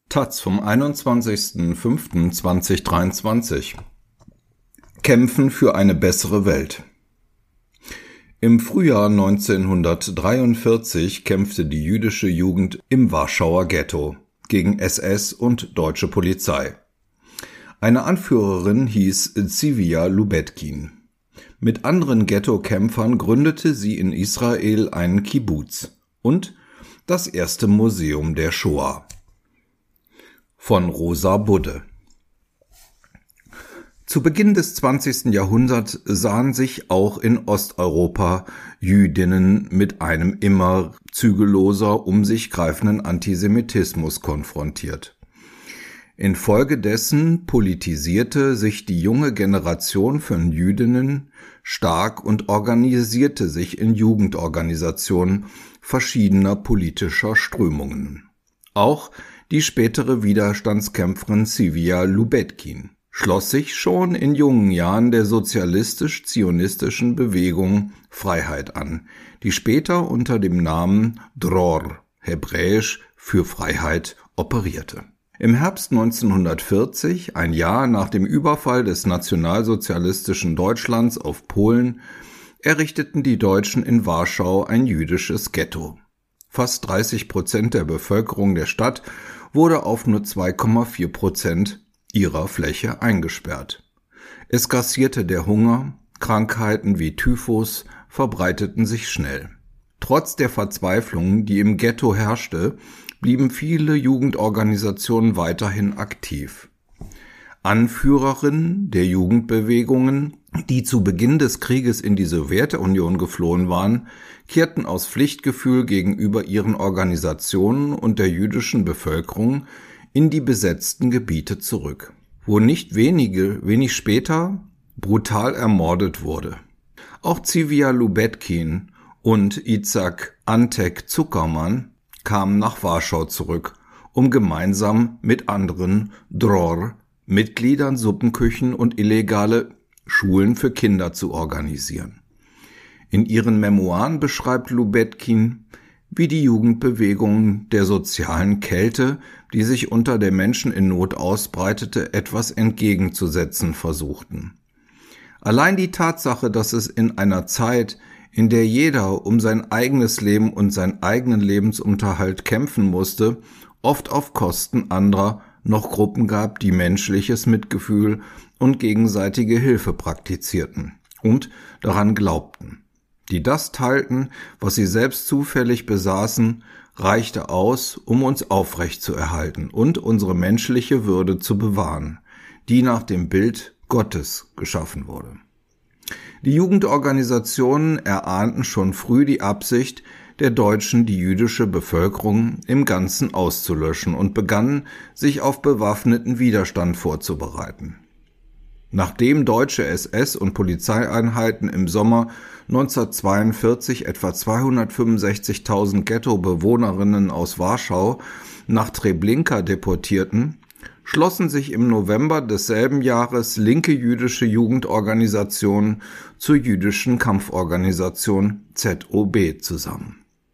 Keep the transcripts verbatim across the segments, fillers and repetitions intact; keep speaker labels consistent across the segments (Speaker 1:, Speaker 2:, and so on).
Speaker 1: taz vom einundzwanzigsten fünften zweitausenddreiundzwanzig. Kämpfen für eine bessere Welt. Im Frühjahr neunzehnhundertdreiundvierzig kämpfte die jüdische Jugend im Warschauer Ghetto gegen S S und deutsche Polizei. Eine Anführerin hieß Zivija Lubetkin. Mit anderen Ghetto-Kämpfern gründete sie in Israel einen Kibbuz und das erste Museum der Shoah. Von Rosa Budde. Zu Beginn des zwanzigsten Jahrhunderts sahen sich auch in Osteuropa Jüdinnen mit einem immer zügelloser um sich greifenden Antisemitismus konfrontiert. Infolgedessen politisierte sich die junge Generation von Jüdinnen stark und organisierte sich in Jugendorganisationen verschiedener politischer Strömungen. Auch die spätere Widerstandskämpferin Zivija Lubetkin schloss sich schon in jungen Jahren der sozialistisch-zionistischen Bewegung Freiheit an, die später unter dem Namen Dror, hebräisch für Freiheit, operierte. Im Herbst neunzehnhundertvierzig, ein Jahr nach dem Überfall des nationalsozialistischen Deutschlands auf Polen, errichteten die Deutschen in Warschau ein jüdisches Ghetto. Fast dreißig Prozent der Bevölkerung der Stadt wurde auf nur zwei Komma vier Prozent ihrer Fläche eingesperrt. Es grassierte der Hunger, Krankheiten wie Typhus verbreiteten sich schnell. Trotz der Verzweiflung, die im Ghetto herrschte, blieben viele Jugendorganisationen weiterhin aktiv. Anführerinnen der Jugendbewegungen, die zu Beginn des Krieges in die Sowjetunion geflohen waren, kehrten aus Pflichtgefühl gegenüber ihren Organisationen und der jüdischen Bevölkerung in die besetzten Gebiete zurück, wo nicht wenige, wenig später brutal ermordet wurde. Auch Zivija Lubetkin und Itzhak Antek Zuckermann kamen nach Warschau zurück, um gemeinsam mit anderen Dror-Mitgliedern Suppenküchen und illegale Schulen für Kinder zu organisieren. In ihren Memoiren beschreibt Lubetkin, wie die Jugendbewegung der sozialen Kälte, die sich unter der Menschen in Not ausbreitete, etwas entgegenzusetzen versuchten. Allein die Tatsache, dass es in einer Zeit, in der jeder um sein eigenes Leben und seinen eigenen Lebensunterhalt kämpfen musste, oft auf Kosten anderer noch Gruppen gab, die menschliches Mitgefühl und gegenseitige Hilfe praktizierten und daran glaubten. Die das teilten, was sie selbst zufällig besaßen, reichte aus, um uns aufrechtzuerhalten und unsere menschliche Würde zu bewahren, die nach dem Bild Gottes geschaffen wurde. Die Jugendorganisationen erahnten schon früh die Absicht der Deutschen, die jüdische Bevölkerung im Ganzen auszulöschen und begannen, sich auf bewaffneten Widerstand vorzubereiten. Nachdem deutsche S S- und Polizeieinheiten im Sommer neunzehnhundertzweiundvierzig etwa zweihundertfünfundsechzigtausend Ghetto-Bewohnerinnen aus Warschau nach Treblinka deportierten, schlossen sich im November desselben Jahres linke jüdische Jugendorganisationen zur jüdischen Kampforganisation Z O B zusammen.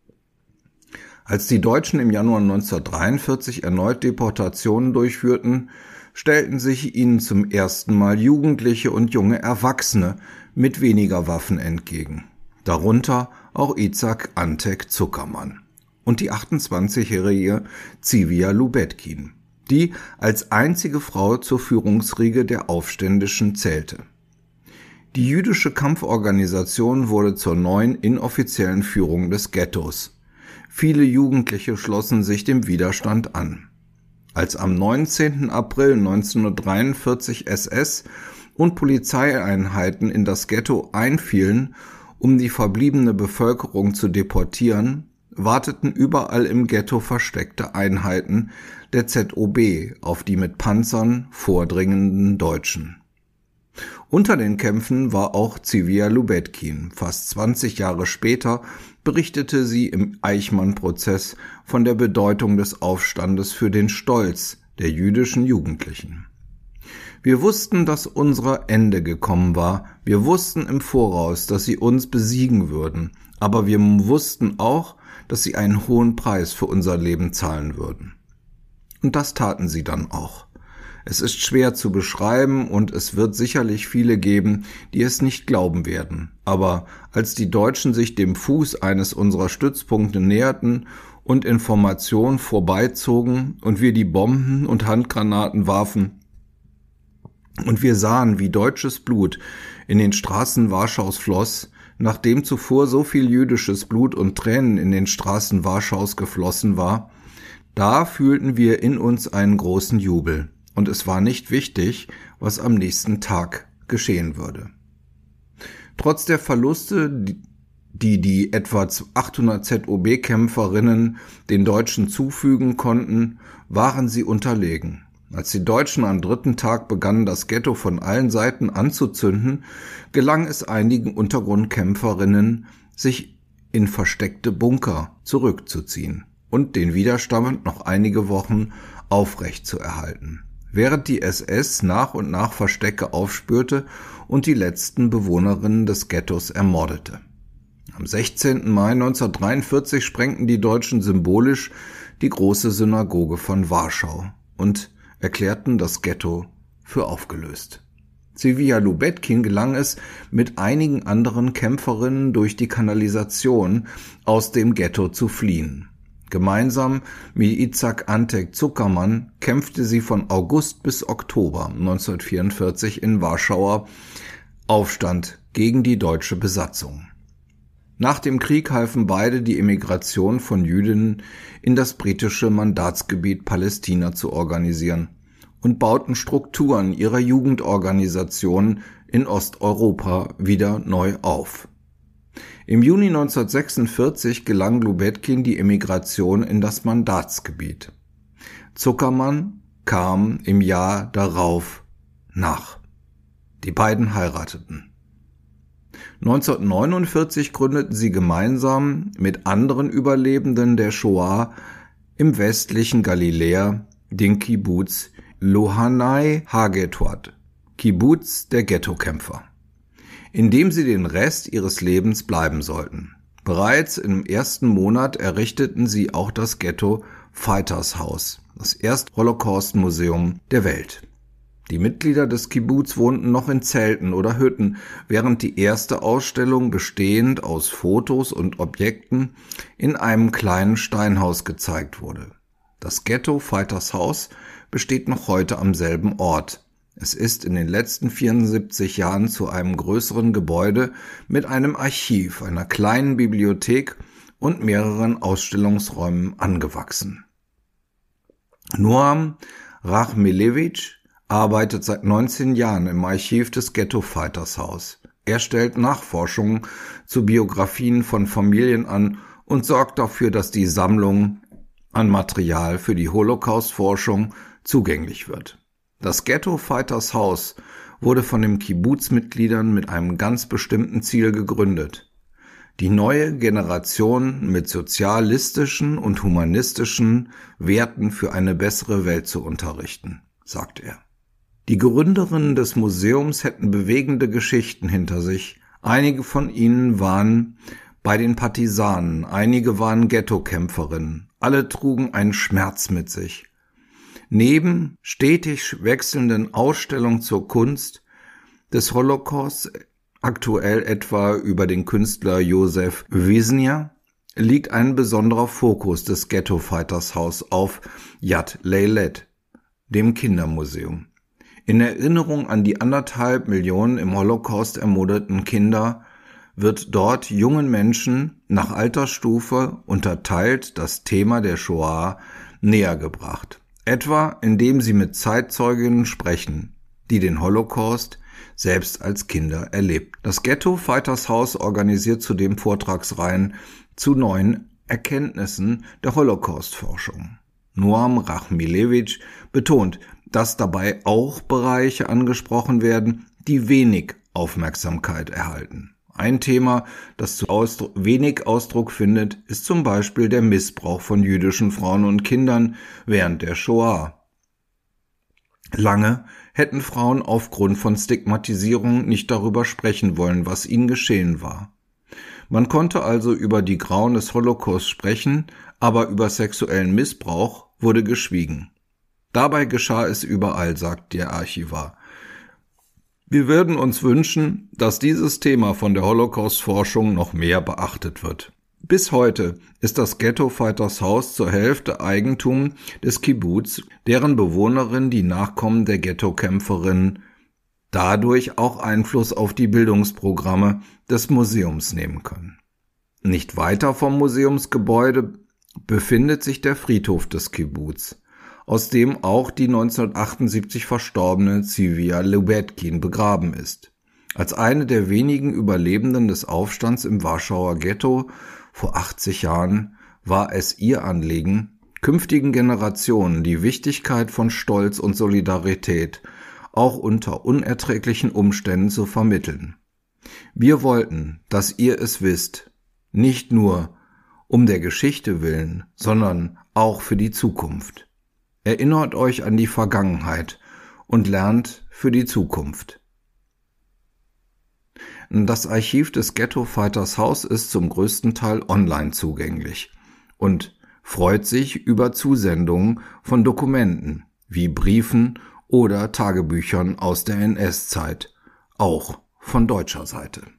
Speaker 1: Als die Deutschen im Januar neunzehnhundertdreiundvierzig erneut Deportationen durchführten, stellten sich ihnen zum ersten Mal Jugendliche und junge Erwachsene mit weniger Waffen entgegen, darunter auch Itzhak Antek Zuckermann und die achtundzwanzigjährige Zivija Lubetkin, die als einzige Frau zur Führungsriege der Aufständischen zählte. Die jüdische Kampforganisation wurde zur neuen inoffiziellen Führung des Ghettos. Viele Jugendliche schlossen sich dem Widerstand an. Als am neunzehnten April neunzehnhundertdreiundvierzig S S und Polizeieinheiten in das Ghetto einfielen, um die verbliebene Bevölkerung zu deportieren, warteten überall im Ghetto versteckte Einheiten der Z O B auf die mit Panzern vordringenden Deutschen. Unter den Kämpfen war auch Zivija Lubetkin. Fast zwanzig Jahre später berichtete sie im Eichmann-Prozess von der Bedeutung des Aufstandes für den Stolz der jüdischen Jugendlichen. Wir wussten, dass unser Ende gekommen war. Wir wussten im Voraus, dass sie uns besiegen würden. Aber wir wussten auch, dass sie einen hohen Preis für unser Leben zahlen würden. Und das taten sie dann auch. Es ist schwer zu beschreiben und es wird sicherlich viele geben, die es nicht glauben werden. Aber als die Deutschen sich dem Fuß eines unserer Stützpunkte näherten und Informationen vorbeizogen und wir die Bomben und Handgranaten warfen und wir sahen, wie deutsches Blut in den Straßen Warschaus floss, nachdem zuvor so viel jüdisches Blut und Tränen in den Straßen Warschaus geflossen war, da fühlten wir in uns einen großen Jubel. Und es war nicht wichtig, was am nächsten Tag geschehen würde. Trotz der Verluste, die die etwa achthundert Z O B-Kämpferinnen den Deutschen zufügen konnten, waren sie unterlegen. Als die Deutschen am dritten Tag begannen, das Ghetto von allen Seiten anzuzünden, gelang es einigen Untergrundkämpferinnen, sich in versteckte Bunker zurückzuziehen und den Widerstand noch einige Wochen aufrechtzuerhalten, während die S S nach und nach Verstecke aufspürte und die letzten Bewohnerinnen des Ghettos ermordete. Am sechzehnten Mai neunzehnhundertdreiundvierzig sprengten die Deutschen symbolisch die große Synagoge von Warschau und erklärten das Ghetto für aufgelöst. Sylvia Lubetkin gelang es, mit einigen anderen Kämpferinnen durch die Kanalisation aus dem Ghetto zu fliehen. Gemeinsam mit Itzhak Antek Zuckermann kämpfte sie von August bis Oktober neunzehnhundertvierundvierzig in Warschauer Aufstand gegen die deutsche Besatzung. Nach dem Krieg halfen beide, die Emigration von Jüdinnen in das britische Mandatsgebiet Palästina zu organisieren und bauten Strukturen ihrer Jugendorganisationen in Osteuropa wieder neu auf. Im Juni neunzehnhundertsechsundvierzig gelang Lubetkin die Emigration in das Mandatsgebiet. Zuckermann kam im Jahr darauf nach. Die beiden heirateten. neunzehnhundertneunundvierzig gründeten sie gemeinsam mit anderen Überlebenden der Shoah im westlichen Galiläa den Kibbuz Lohanai Hagetwad, Kibbuz der Ghettokämpfer, in dem sie den Rest ihres Lebens bleiben sollten. Bereits im ersten Monat errichteten sie auch das Ghetto Fighters House, das erste Holocaust-Museum der Welt. Die Mitglieder des Kibbuz wohnten noch in Zelten oder Hütten, während die erste Ausstellung, bestehend aus Fotos und Objekten, in einem kleinen Steinhaus gezeigt wurde. Das Ghetto Fighters House besteht noch heute am selben Ort. Es ist in den letzten vierundsiebzig Jahren zu einem größeren Gebäude mit einem Archiv, einer kleinen Bibliothek und mehreren Ausstellungsräumen angewachsen. Noam Rachmilewitsch arbeitet seit neunzehn Jahren im Archiv des Ghetto Fighters House. Er stellt Nachforschungen zu Biografien von Familien an und sorgt dafür, dass die Sammlung an Material für die Holocaust-Forschung zugänglich wird. Das Ghetto Fighters House wurde von den Kibbuz-Mitgliedern mit einem ganz bestimmten Ziel gegründet: die neue Generation mit sozialistischen und humanistischen Werten für eine bessere Welt zu unterrichten, sagt er. Die Gründerinnen des Museums hätten bewegende Geschichten hinter sich. Einige von ihnen waren bei den Partisanen, einige waren Ghettokämpferinnen. Alle trugen einen Schmerz mit sich. Neben stetig wechselnden Ausstellungen zur Kunst des Holocaust, aktuell etwa über den Künstler Josef Wisnia, liegt ein besonderer Fokus des Ghetto Fighters House auf Yad Leilet, dem Kindermuseum. In Erinnerung an die anderthalb Millionen im Holocaust ermordeten Kinder wird dort jungen Menschen nach Altersstufe unterteilt das Thema der Shoah näher gebracht. Etwa indem sie mit Zeitzeuginnen sprechen, die den Holocaust selbst als Kinder erlebt. Das Ghetto Fighters House organisiert zudem Vortragsreihen zu neuen Erkenntnissen der Holocaust-Forschung. Noam Rachmilewitsch betont, dass dabei auch Bereiche angesprochen werden, die wenig Aufmerksamkeit erhalten. Ein Thema, das zu Ausdruck, wenig Ausdruck findet, ist zum Beispiel der Missbrauch von jüdischen Frauen und Kindern während der Shoah. Lange hätten Frauen aufgrund von Stigmatisierung nicht darüber sprechen wollen, was ihnen geschehen war. Man konnte also über die Grauen des Holocaust sprechen, aber über sexuellen Missbrauch wurde geschwiegen. Dabei geschah es überall, sagt der Archivar. Wir würden uns wünschen, dass dieses Thema von der Holocaust-Forschung noch mehr beachtet wird. Bis heute ist das Ghetto Fighters Haus zur Hälfte Eigentum des Kibbuz, deren Bewohnerinnen die Nachkommen der Ghetto-Kämpferinnen dadurch auch Einfluss auf die Bildungsprogramme des Museums nehmen können. Nicht weiter vom Museumsgebäude befindet sich der Friedhof des Kibbuz, aus dem auch die neunzehnhundertachtundsiebzig verstorbene Zivia Lebedkin begraben ist. Als eine der wenigen Überlebenden des Aufstands im Warschauer Ghetto vor achtzig Jahren war es ihr Anliegen, künftigen Generationen die Wichtigkeit von Stolz und Solidarität auch unter unerträglichen Umständen zu vermitteln. Wir wollten, dass ihr es wisst, nicht nur um der Geschichte willen, sondern auch für die Zukunft. Erinnert euch an die Vergangenheit und lernt für die Zukunft. Das Archiv des Ghetto Fighters Haus ist zum größten Teil online zugänglich und freut sich über Zusendungen von Dokumenten wie Briefen oder Tagebüchern aus der N S-Zeit, auch von deutscher Seite.